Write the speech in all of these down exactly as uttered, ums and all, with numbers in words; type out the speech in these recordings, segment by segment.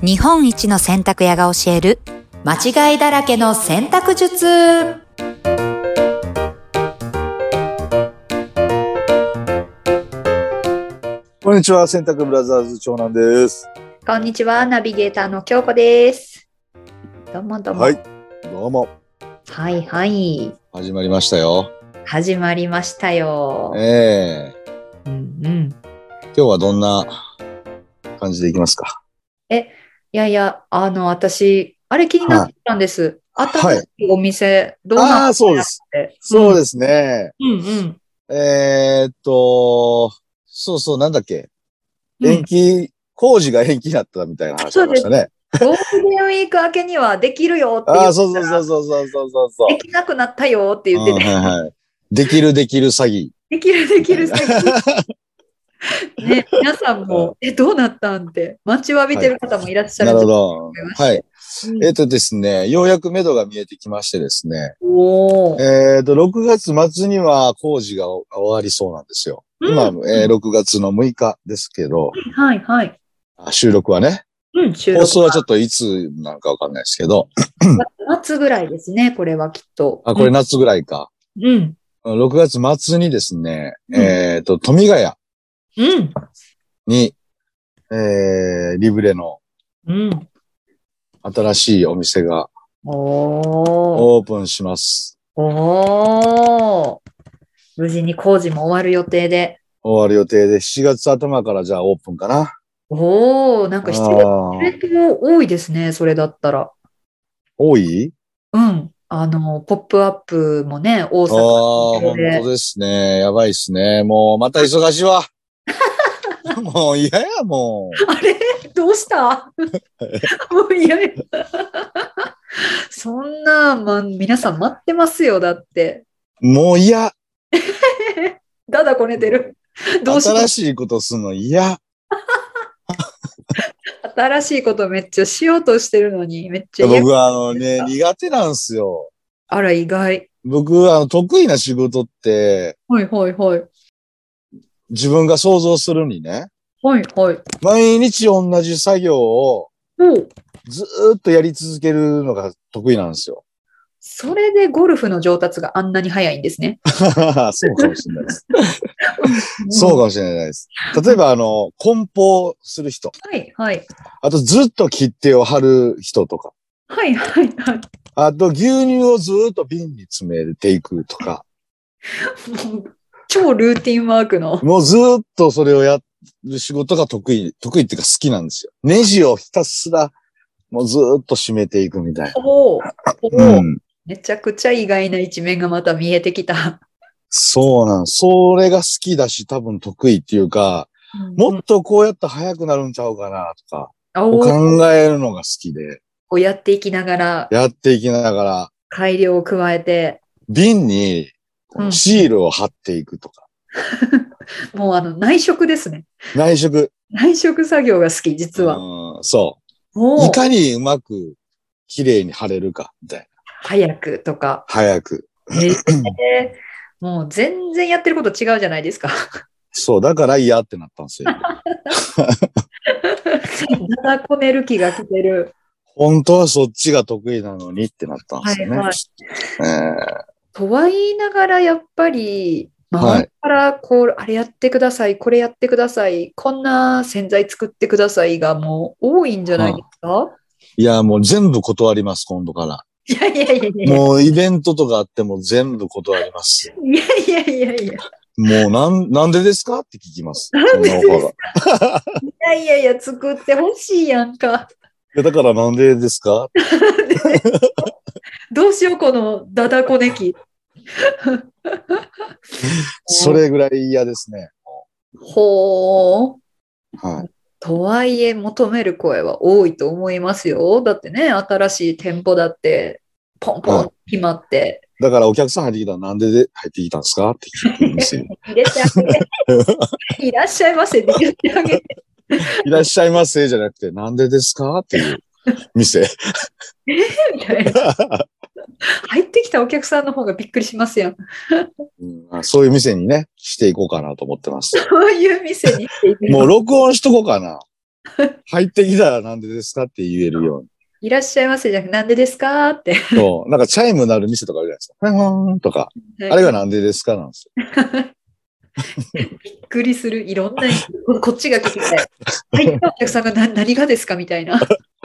日本一の洗濯屋が教える間違いだらけの洗濯術。 こんにちは、洗濯ブラザーズ長男です。 こんにちは、ナビゲーターの京子です。どうもどうも。 はい、どうも。 はいはい。 始まりましたよ。 始まりましたよ。 ええー。うんうん。 今日はどんな感じでいきますか？ え、いやいや、あの、私、あれ気になってたんです。 はい新しいお店、どうなああ、 んそうです。そうですね。 うんうんえーっと、そうそう、なんだっけ。 うん。 延期、工事が延期になったみたいな話ありましたね。 ゴールデンウィーク明けにはできるよってああ、 言ったそうそうそうら、 そうそうそうそうそできなくなったよってう。うん、 言ってて、 はいはい。できるできる詐欺。 できるできる詐欺。ね、皆さんうんも、え、どうなったんって待ちわびはい。 てる方もいらっしゃなるほるんじゃないかとど。 思いましはい。 て。うんえっとですね、ようやく目処が見えてきましてですね。 おー。 えっと、ろくがつ末には工事が終わりそうなんですよ。今、 うんえー、ろくがつのむいかですけど、 はいはい。 あ収録はね、 うん、収放録送はちょっといつなのかわかんないですけど、 は夏ぐらいですね、これはきっと。 あ、これ夏ぐらいか。 うん。 ろくがつ末にですね、 うん。 えっと、富ヶ谷うん。 に、えー、リブレのうん。 新しいお店がおー。 オープンします。 おー。無事に工事も終わる予定で。 終わる予定で、しちがつ頭からじゃあオープンかな。 おー、なんかしちがつイベああ、 ントも多いですね、それだったら。 多いうん。あの、ポップアップもね、大あ阪あ、本当で。 ですね。やばいっすね。もう、また忙しいわ。もう嫌や、もあれどうしたもういやいや。そんな、ま、皆さん待ってますよ、だって。 う。もう嫌。 だだこねてる。どうしよう。 新しいことすんの嫌。 新しいことめっちゃしようとしてるのに、めっちゃ嫌僕はあのね、 ですか。 苦手なんすよ。 あら、意外。 僕、あの、得意な仕事って、 はいはいはい。 自分が想像するにね、 はいはい。 毎日同じ作業をおう。 ずーっとやり続けるのが得意なんですよ。 それでゴルフの上達があんなに早いんですね。 そうかもしれないです。そうかうん。 もしれないです。例えば、あの、梱包する人。 はいはい。 あと、ずっと切手を貼る人とか。 はいはいはい。 あと、牛乳をずーっと瓶に詰めていくとか。 もう超ルーティンワークの。 もうずーっとそれをやる仕事が得意、得意っていうか好きなんですよ。ネジをひたすら、もうずーっと締めていくみたいな。 おお。おお。 うん。 めちゃくちゃ意外な一面がまた見えてきた。 そうなん。それが好きだし、多分得意っていうか、 うんうん。 もっとこうやったら早くなるんちゃうかなとか、 お考お。 えるのが好きで、 をやっていきながらやっていきながら、 改良を加えて。 瓶にこうん。 のシールを貼っていくとか。 もうあの内職ですね。 内職。 内職作業が好き、実は。 うん、そう。いもう、 かにうまく綺麗に貼れるか、みたいな。 早くとか。 早く。 へえ。もう全然やってること違うじゃないですか。 そう、だから嫌ってなったんですよ。 だだこねる気が来てる。 本当はそっちが得意なのにってなったんですよね。 はいはい。 えーとは言いながら、やっぱり、周りはい。 からこう、あれやってください、これやってください、こんな洗剤作ってくださいがもう多いんじゃないではすか？ いや、もう全部断ります、今度から。 いやいやいやいやいもうイベントとかあっても全部断ります。 やいやいやいや。 もうなん、なんでですかって聞きます。 なんでですそんなオファーが。 いやいやいや、作ってほしいやんか。 いやだからなんでですかでどうしよう、このダダこねき。 それぐらい嫌ですね。 ほう。 はい。 とはいえ、求める声は多いと思いますよ。だってね、新しい店舗だって、ポンポはン決まって、 い。だからお客さん入ってきたらなんでで入ってきたんですかって聞く店に。 入れてあげて、いらっしゃいませって言ってあげて。 いらっしゃいませじゃなくて、なんでですかっていう店。 みたいな。入ってきたお客さんの方がびっくりしますやん。 うん、そういう店にね、していこうかなと思ってます。 そういう店にしていくの。 もう録音しとこうかな。 入ってきたらなんでですかって言えるように。 いらっしゃいませじゃなくて、なんでですかって。 そう。なんかチャイム鳴る店とかあるじゃないですか。ふんふんとか。あれがなんでですかなんですよ。 びっくりする。いろんな、ここっちが聞きたい。入ったお客さんがな何がですかみたいな。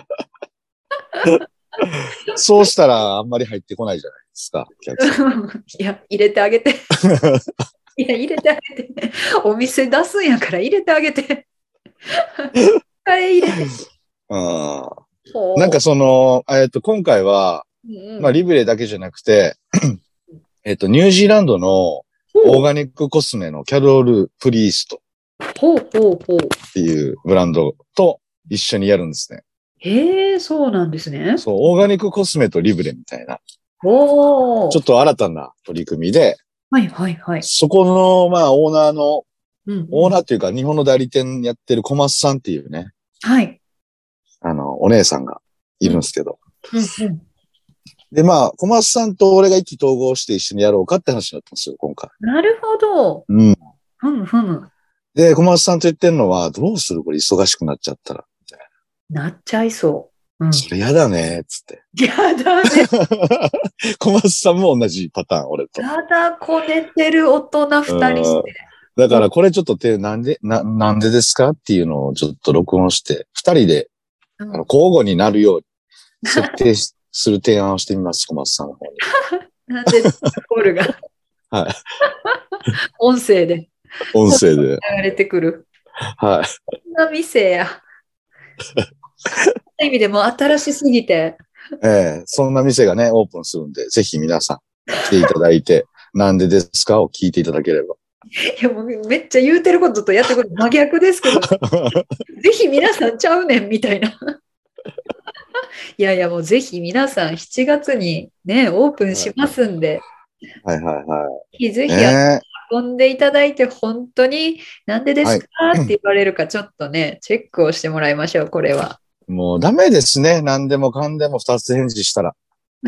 そうしたらあんまり入ってこないじゃないですか。お客さんいや、入れてあげて。いや、入れてあげて。お店出すんやから入れてあげて。あれ入れて。 あほうなんかその、えっと、今回は、 うんうんまあ、リブレだけじゃなくて、えっと、ニュージーランドのオーガニックコスメのキャロル・プリーストほうほうほう。 っていうブランドと一緒にやるんですね。 へえ、そうなんですね。 そう、オーガニックコスメとリブレみたいな、 おお。 ちょっと新たな取り組みで、 はいはいはい。 そこの、まあ、オーナーの、 うんうんオーナーっていうか、日本の代理店やってる小松さんっていうね、 はい。 あの、お姉さんがいるんですけど。 うんうん。 で、まあ、小松さんと俺が意気投合して一緒にやろうかって話になってますよ、今回。 なるほど。 うん。 ふむふむ。 で、小松さんと言ってるのは、どうするこれ忙しくなっちゃったら。みたいなっちゃいそう。うんな。。それやだね、つって。 やだね。 小松さんも同じパターン、俺と。 やだ、こねてる大人二人して。 だからこれちょっとて、なんで、な、なんでですかっていうのをちょっと録音して、二人で、あうんの、交互になるように設定しする提案をしてみます、小松さんの方に。 なんで、コールがはい。 音声で音声で。 流れてくる。 はい。 そんな店や。そういう意味でも新しすぎて。 ええそんな店がね、オープンするんで、ぜひ皆さん来ていただいて、なんでですかを聞いていただければ。 いやもうめっちゃ言うてることとやってること真逆ですけど、ぜひ皆さんちゃうねんみたいな。いやいやもうぜひ皆さんしちがつにね、オープンしますんで、 はいはいはぜひぜい。 ひね遊んでいただいて、本当になんでですかはいって言われるか、ちょっとね、チェックをしてもらいましょう、これは。 え。もうダメですね。何でもかんでも二つ返事したら。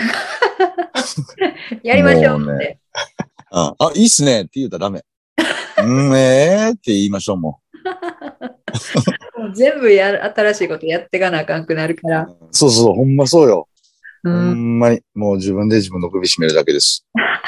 やりましょうもうねって。 あ、あ、いいっすねって言うたらダメ。うん、ええって言いましょう、ももう全部やる新しいことやっていかなあかんくなるから。 う。そうそう、ほんまそうよ。ほうん、 んまに、もう自分で自分の首絞めるだけです。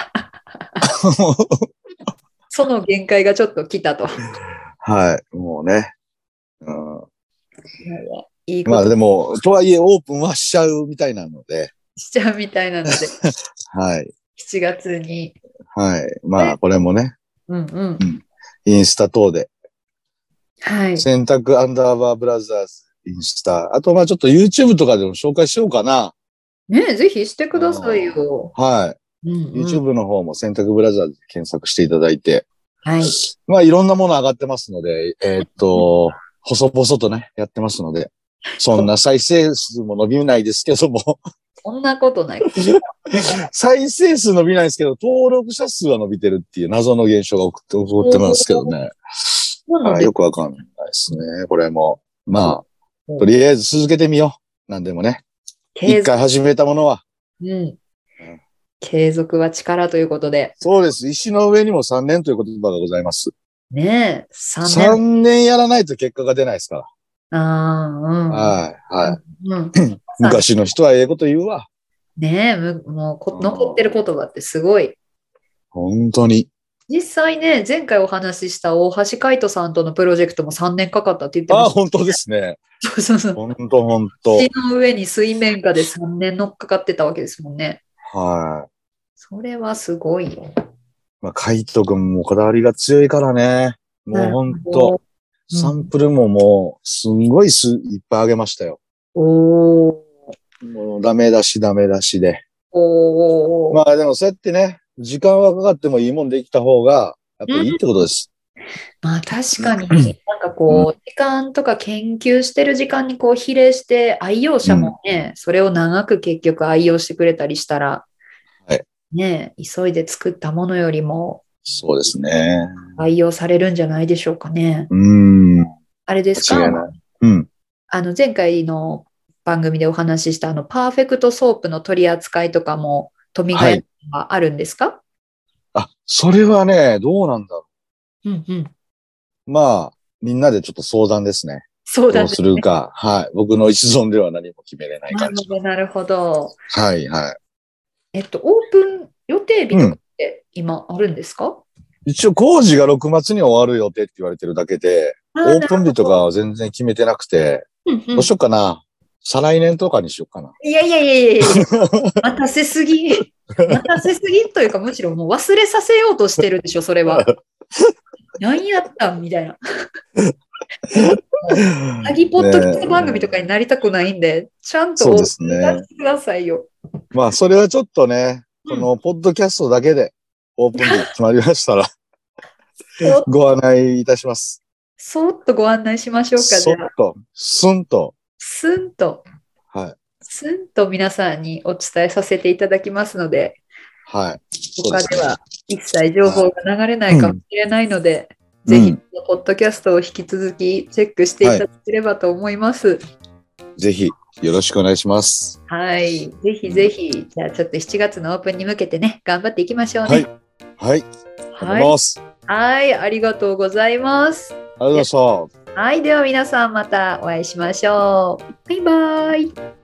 その限界がちょっと来たと。 はい、もうね。うん、 いいことまあでも、とはいえオープンはしちゃうみたいなので、 しちゃうみたいなので、 はい、 しちがつに。 はい。まあこれもね、 うんうん。 インスタ等で、 はい。 洗濯アンダーバーブラザーズ、インスタ、あとまあちょっと YouTube とかでも紹介しようかな。 ねえ、ぜひしてくださいよ。 はい。 うんうん、 YouTube の方も洗濯ブラザーズで検索していただいて、 はい。 まあいろんなもの上がってますので、えーっと、細々とね、やってますので、そんな再生数も伸びないですけども、 そんなことない。 再生数伸びないですけど、登録者数は伸びてるっていう謎の現象が起こって起こってますけどね。 なのであよくわかんないですね、これも。まあ、とりあえず続けてみよう。なんでもね。一継続、 回始めたものは。 うん。継続は力ということで。 そうです。石の上にもさんねんという言葉がございます。 ねえ、さんねん。 さんねんやらないと結果が出ないですから。 ああ、うん。 はい、はい。 うん、 昔の人はええこと言うわ。 ねえ、むもうこ残ってる言葉ってすごい。 本当に。 実際ね、前回お話しした大橋海人さんとのプロジェクトもさんねんかかったって言ってああ、 ました。 本当ですね。 そうそうそう。 本当本当。 土の上に水面下でさんねん乗っかかってたわけですもんね。 はい。 それはすごいよ。 まあ、カイト君もこだわりが強いからね。もう本当、 うんサンプルももう、すんごいす、いっぱいあげましたよ。 おー。 もうダメ出しダメ出しで。 おー。 まあでもそうやってね、時間はかかってもいいもんできた方が、やっぱいいってことです。 まあ確かに、なんかこう、時間とか研究してる時間にこう比例して愛用者もね、それを長く結局愛用してくれたりしたら、 はいね、急いで作ったものよりもそうですね。 愛用されるんじゃないでしょうかね。 うーん。 あれですか、 間違いない。うん。 あの前回の番組でお話ししたあのパーフェクトソープの取り扱いとかも富ヶ谷はあるんですか？ あ、それはね、どうなんだろうんうん。 う。まあ、みんなでちょっと相談ですね。 そうだね。 どうするか。はい。僕の一存では何も決めれないなる感じ。 ほど、なるほど。 はい、はい。 えっと、オープン予定日とかうん。 って今あるんですか？ 一応工事がろくがつに終わる予定って言われてるだけで、 ああー、なるオープン日とかほど。 は全然決めてなくて、 うんうん。 どうしようかな。再来年とかにしようかな。 いやいやいやいやいやいや、待たせすぎ。待たせすぎというか、むしろもう忘れさせようとしてるでしょ、それは。何やったんみたいな。詐欺ポッドキャスト番組とかになりたくないんで、ちゃんとオープそうですね。 ン出してくださいよ。 まあ、それはちょっとね、 うん。 このポッドキャストだけでオープン日決まりましたらそご案内いたします。 そっとご案内しましょうか、じゃあ。 そっと、スンと。 スンと、 はい。 スンと皆さんにお伝えさせていただきますので、 はい。そうですね。 他では一切情報が流れないかもしれないので、 うん。 ぜひ、 うんポッドキャストを引き続きチェックしていただければと思います。 ぜひ、よろしくお願いします。 はい。ぜひぜひ、じゃあちょっとしちがつのオープンに向けてね、頑張っていきましょうはい。 ね。 はい。頑張はい。 ります。 はい。ありがとうございます。 ありがとうございました。 はい。では皆さんまたお会いしましょう。バイバイ。